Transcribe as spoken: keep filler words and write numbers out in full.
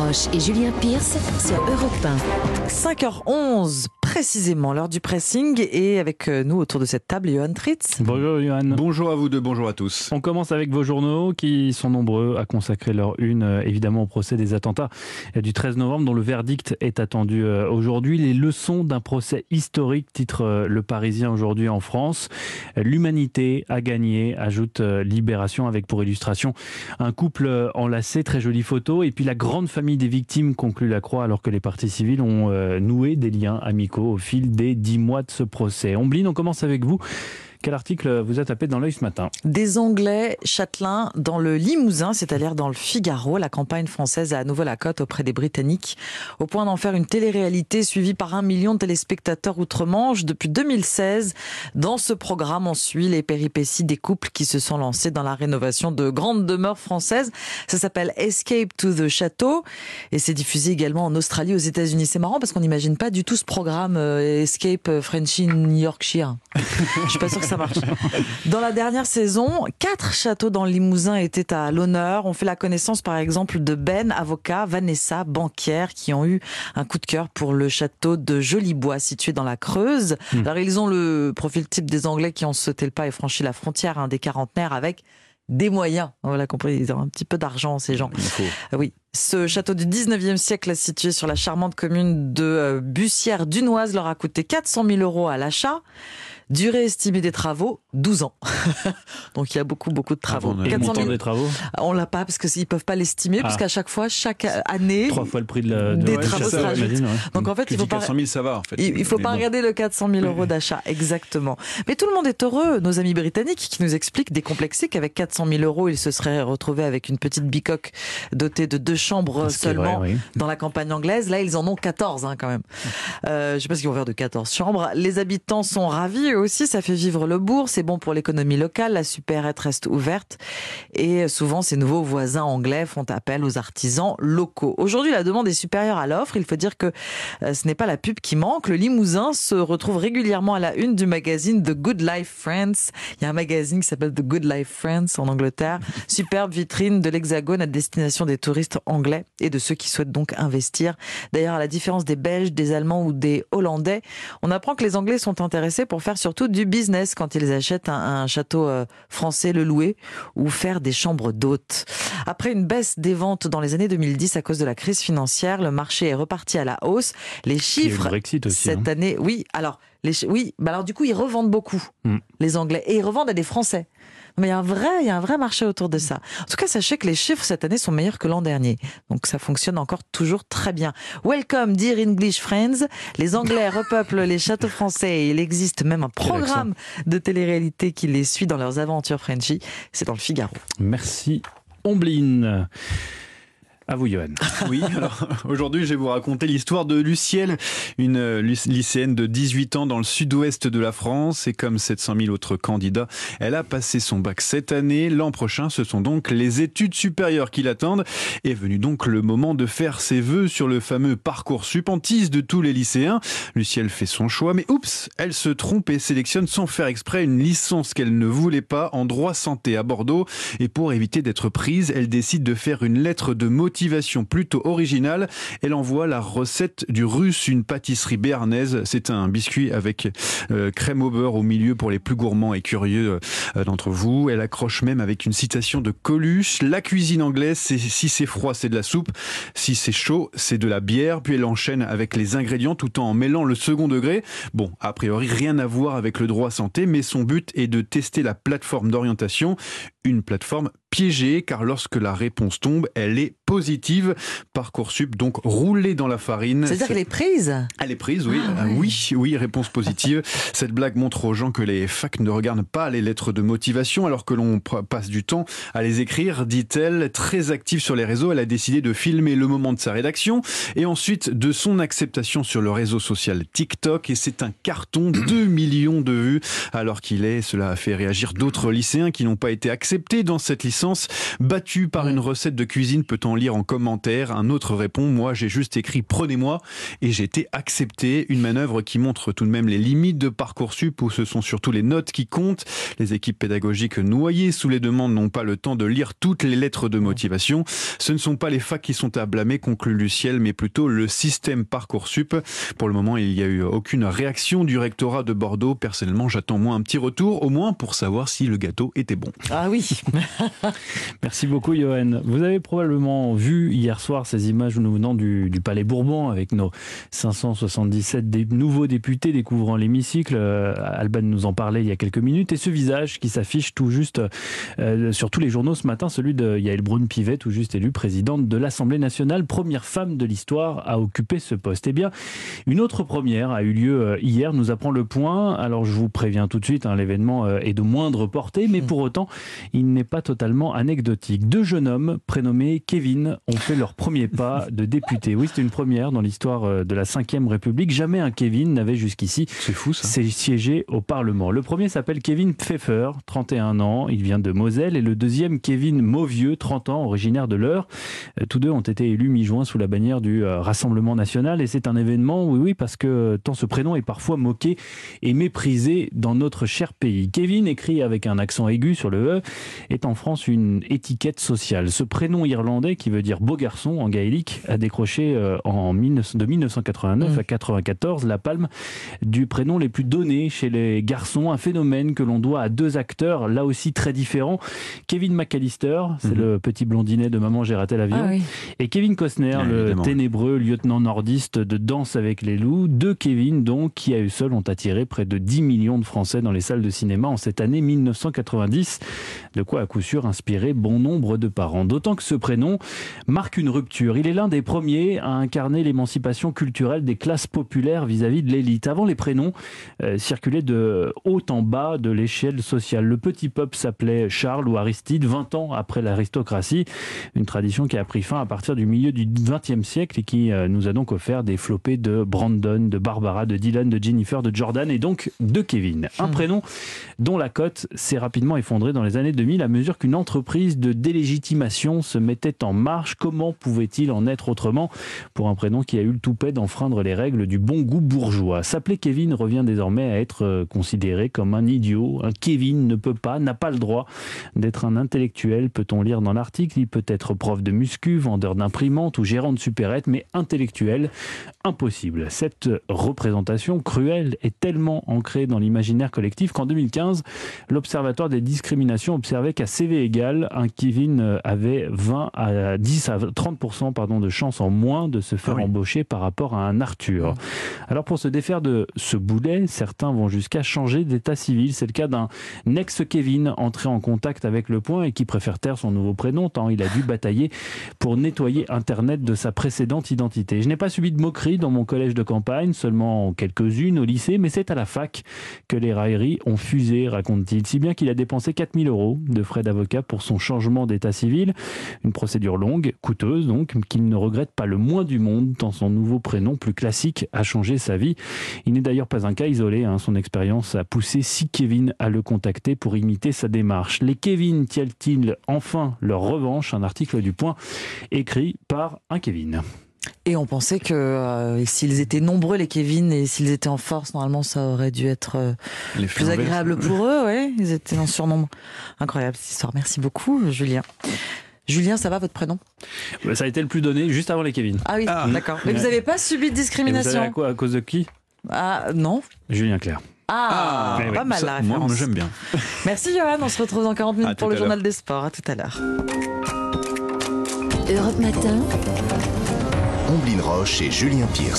Roche et Julien Pierce sur Europe un. cinq heures onze, précisément, l'heure du pressing. Et avec nous autour de cette table, Johan Tritz. Bonjour Johan. Bonjour à vous deux, bonjour à tous. On commence avec vos journaux qui sont nombreux à consacrer leur une, évidemment, au procès des attentats du treize novembre, dont le verdict est attendu aujourd'hui. Les leçons d'un procès historique, titre Le Parisien aujourd'hui en France. L'humanité a gagné, ajoute Libération, avec pour illustration un couple enlacé, très jolie photo, et puis la grande famille des victimes, conclut La Croix, alors que les parties civiles ont euh, noué des liens amicaux au fil des dix mois de ce procès. Ombline, on commence avec vous. Quel article vous a tapé dans l'œil ce matin ? Des Anglais châtelains dans le Limousin, c'est-à-dire dans le Figaro. La campagne française a à nouveau la cote auprès des Britanniques, au point d'en faire une télé-réalité suivie par un million de téléspectateurs outre-Manche. Depuis deux mille seize, dans ce programme, on suit les péripéties des couples qui se sont lancés dans la rénovation de grandes demeures françaises. Ça s'appelle Escape to the Chateau et c'est diffusé également en Australie, aux États-Unis. C'est marrant parce qu'on n'imagine pas du tout ce programme euh, Escape Frenchy New Yorkshire. Je suis pas sûre que ça marche. Dans la dernière saison, quatre châteaux dans le Limousin étaient à l'honneur. On fait la connaissance par exemple de Ben, avocat, Vanessa, banquière, qui ont eu un coup de cœur pour le château de Jolibois, situé dans la Creuse. Mmh. Alors ils ont le profil type des Anglais qui ont sauté le pas et franchi la frontière, hein, des quarantenaires avec des moyens. On l'a compris, ils ont un petit peu d'argent, ces gens. Oui. Ce château du dix-neuvième siècle, situé sur la charmante commune de Bussière-Dunoise, leur a coûté quatre cent mille euros à l'achat. Durée estimée des travaux, douze ans. Donc il y a beaucoup, beaucoup de travaux. Ah bon, quatre cent mille des travaux ? On l'a pas parce qu'ils peuvent pas l'estimer, ah. parce qu'à chaque fois, chaque année, trois fois le prix de la de des ouais, travaux se rajoutent. Ouais. Donc en fait, tu il faut dis pas quatre cent mille, ça va en fait. Il, il faut pas bon. regarder le quatre cent mille euros d'achat, exactement. Mais tout le monde est heureux. Nos amis britanniques qui nous expliquent décomplexés qu'avec quatre cent mille euros, ils se seraient retrouvés avec une petite bicoque dotée de deux chambres Ce seulement vrai, oui. dans la campagne anglaise. Là, ils en ont quatorze hein, quand même. Euh, je sais pas ce qu'ils vont faire de quatorze chambres. Les habitants sont ravis eux aussi. Ça fait vivre le bourg, c'est bon pour l'économie locale, la supérette reste ouverte et souvent ces nouveaux voisins anglais font appel aux artisans locaux. Aujourd'hui, la demande est supérieure à l'offre. Il faut dire que ce n'est pas la pub qui manque. Le Limousin se retrouve régulièrement à la une du magazine The Good Life France. Il y a un magazine qui s'appelle The Good Life France en Angleterre. Superbe vitrine de l'Hexagone à destination des touristes anglais et de ceux qui souhaitent donc investir. D'ailleurs, à la différence des Belges, des Allemands ou des Hollandais, on apprend que les Anglais sont intéressés pour faire surtout du business quand ils achètent un, un château euh, français, le louer ou faire des chambres d'hôtes. Après une baisse des ventes dans les années deux mille dix à cause de la crise financière, le marché est reparti à la hausse. Les chiffres le Brexit aussi, cette hein. année, oui, alors les oui, bah alors du coup ils revendent beaucoup mm. les Anglais et ils revendent à des Français. Mais il y a un vrai, il y a un vrai marché autour de ça. En tout cas, sachez que les chiffres cette année sont meilleurs que l'an dernier. Donc ça fonctionne encore toujours très bien. Welcome, dear English friends. Les Anglais repeuplent les châteaux français et il existe même un programme de télé-réalité qui les suit dans leurs aventures Frenchy. C'est dans le Figaro. Merci Ombline. À vous, Johan. Oui, alors aujourd'hui, je vais vous raconter l'histoire de Lucielle, une lycéenne de dix-huit ans dans le sud-ouest de la France. Et comme sept cent mille autres candidats, elle a passé son bac cette année. L'an prochain, ce sont donc les études supérieures qui l'attendent. Est venu donc le moment de faire ses vœux sur le fameux Parcoursup en tisse de tous les lycéens. Lucielle fait son choix, mais oups, elle se trompe et sélectionne sans faire exprès une licence qu'elle ne voulait pas en droit santé à Bordeaux. Et pour éviter d'être prise, elle décide de faire une lettre de motivation Motivation plutôt originale. Elle envoie la recette du Russe, une pâtisserie béarnaise. C'est un biscuit avec euh, crème au beurre au milieu pour les plus gourmands et curieux euh, d'entre vous. Elle accroche même avec une citation de Coluche. La cuisine anglaise, c'est si c'est froid, c'est de la soupe. Si c'est chaud, c'est de la bière. Puis elle enchaîne avec les ingrédients tout en mêlant le second degré. Bon, a priori, rien à voir avec le droit santé, mais son but est de tester la plateforme d'orientation. Une plateforme piégée, car lorsque la réponse tombe, elle est positive. Parcoursup, donc roulé dans la farine. C'est-à-dire qu'elle est prise ? Elle est prise, oui. Ah, ouais. Oui, oui, réponse positive. Cette blague montre aux gens que les facs ne regardent pas les lettres de motivation, alors que l'on passe du temps à les écrire, dit-elle. Très active sur les réseaux, elle a décidé de filmer le moment de sa rédaction et ensuite de son acceptation sur le réseau social TikTok. Et c'est un carton, deux millions de vues, alors qu'il est. Cela a fait réagir d'autres lycéens qui n'ont pas été acceptés accepté dans cette licence. Battu par une recette de cuisine, peut-on lire en commentaire. Un autre répond, moi j'ai juste écrit prenez-moi et j'ai été accepté. Une manœuvre qui montre tout de même les limites de Parcoursup où ce sont surtout les notes qui comptent. Les équipes pédagogiques noyées sous les demandes n'ont pas le temps de lire toutes les lettres de motivation. Ce ne sont pas les facs qui sont à blâmer, conclut Luciel, mais plutôt le système Parcoursup. Pour le moment, il n'y a eu aucune réaction du rectorat de Bordeaux. Personnellement, j'attends moi un petit retour, au moins pour savoir si le gâteau était bon. Ah oui. Merci beaucoup, Johan. Vous avez probablement vu hier soir ces images nous venant du, du Palais Bourbon avec nos cinq cent soixante-dix-sept des nouveaux députés découvrant l'hémicycle. Euh, Alban nous en parlait il y a quelques minutes. Et ce visage qui s'affiche tout juste euh, sur tous les journaux ce matin, celui de Yaël Braun-Pivet, tout juste élue présidente de l'Assemblée nationale, première femme de l'histoire à occuper ce poste. Eh bien, une autre première a eu lieu hier, nous apprend Le Point. Alors je vous préviens tout de suite, hein, l'événement est de moindre portée, mais pour autant, il n'est pas totalement anecdotique. Deux jeunes hommes prénommés Kevin ont fait leur premier pas de député. Oui, c'est une première dans l'histoire de la cinquième République. Jamais un Kevin n'avait jusqu'ici c'est fou, ça. siégé au Parlement. Le premier s'appelle Kevin Pfeffer, trente et un ans, il vient de Moselle, et le deuxième Kevin Mauvieux, trente ans, originaire de l'Eure. Tous deux ont été élus mi-juin sous la bannière du Rassemblement national, et c'est un événement, oui, oui, parce que tant ce prénom est parfois moqué et méprisé dans notre cher pays. Kevin, écrit avec un accent aigu sur le E, est en France une étiquette sociale. Ce prénom irlandais, qui veut dire beau garçon en gaélique, a décroché en de mille neuf cent quatre-vingt-neuf mmh. à quatre-vingt-quatorze la palme du prénom les plus donnés chez les garçons, un phénomène que l'on doit à deux acteurs, là aussi très différents. Kevin McAllister, c'est mmh. le petit blondinet de Maman j'ai raté l'avion, ah, oui. et Kevin Costner, ah, le ténébreux lieutenant nordiste de Danse avec les loups. Deux Kevin, donc, qui à eux seuls ont attiré près de dix millions de Français dans les salles de cinéma en cette année mille neuf cent quatre-vingt-dix. De quoi, à coup sûr, inspirer bon nombre de parents. D'autant que ce prénom marque une rupture. Il est l'un des premiers à incarner l'émancipation culturelle des classes populaires vis-à-vis de l'élite. Avant, les prénoms euh, circulaient de haut en bas de l'échelle sociale. Le petit peuple s'appelait Charles ou Aristide, vingt ans après l'aristocratie. Une tradition qui a pris fin à partir du milieu du vingtième siècle et qui euh, nous a donc offert des flopées de Brandon, de Barbara, de Dylan, de Jennifer, de Jordan et donc de Kevin. Un prénom dont la cote s'est rapidement effondrée dans les années deux mille à mesure qu'une entreprise de délégitimation se mettait en marche. Comment pouvait-il en être autrement pour un prénom qui a eu le toupet d'enfreindre les règles du bon goût bourgeois? S'appeler Kevin revient désormais à être considéré comme un idiot. Un Kevin ne peut pas, n'a pas le droit d'être un intellectuel, peut-on lire dans l'article. Il peut être prof de muscu, vendeur d'imprimantes ou gérant de supérette, mais intellectuel, impossible. Cette représentation cruelle est tellement ancrée dans l'imaginaire collectif qu'en deux mille quinze, l'Observatoire des discriminations observait qu'à C V égal, un Kevin avait vingt à dix à trente pour cent pardon, de chances en moins de se faire ah oui. embaucher par rapport à un Arthur. Alors pour se défaire de ce boulet, certains vont jusqu'à changer d'état civil. C'est le cas d'un ex-Kevin entré en contact avec Le Point et qui préfère taire son nouveau prénom tant il a dû batailler pour nettoyer Internet de sa précédente identité. Je n'ai pas subi de moqueries dans mon collège de campagne, seulement quelques-unes au lycée, mais c'est à la fac que les railleries ont fusé, raconte-t-il, si bien qu'il a dépensé quatre mille euros de frais d'avocat pour son changement d'état civil. Une procédure longue, coûteuse donc, qu'il ne regrette pas le moins du monde tant son nouveau prénom plus classique a changé sa vie. Il n'est d'ailleurs pas un cas isolé, hein. Son expérience a poussé six Kevin à le contacter pour imiter sa démarche. Les Kevin tiennent-ils enfin leur revanche? Un article du Point écrit par un Kevin. Et on pensait que euh, s'ils étaient nombreux, les Kevin, et s'ils étaient en force, normalement, ça aurait dû être euh, plus agréable pour eux. Ouais, ils étaient en surnombre. Incroyable cette histoire. Merci beaucoup, Julien. Julien, ça va votre prénom? Ça a été le plus donné juste avant les Kevin. Ah oui, ah. d'accord. Mais vous n'avez pas subi de discrimination? Et vous savez à quoi, à cause de qui? Ah non. Julien Clerc. Ah, ah pas oui. mal la référence. Moi, j'aime bien. Merci Johan, on se retrouve dans quarante minutes pour le journal des sports. À tout à l'heure. Europe Matin. Omblin Roche et Julien Pierce.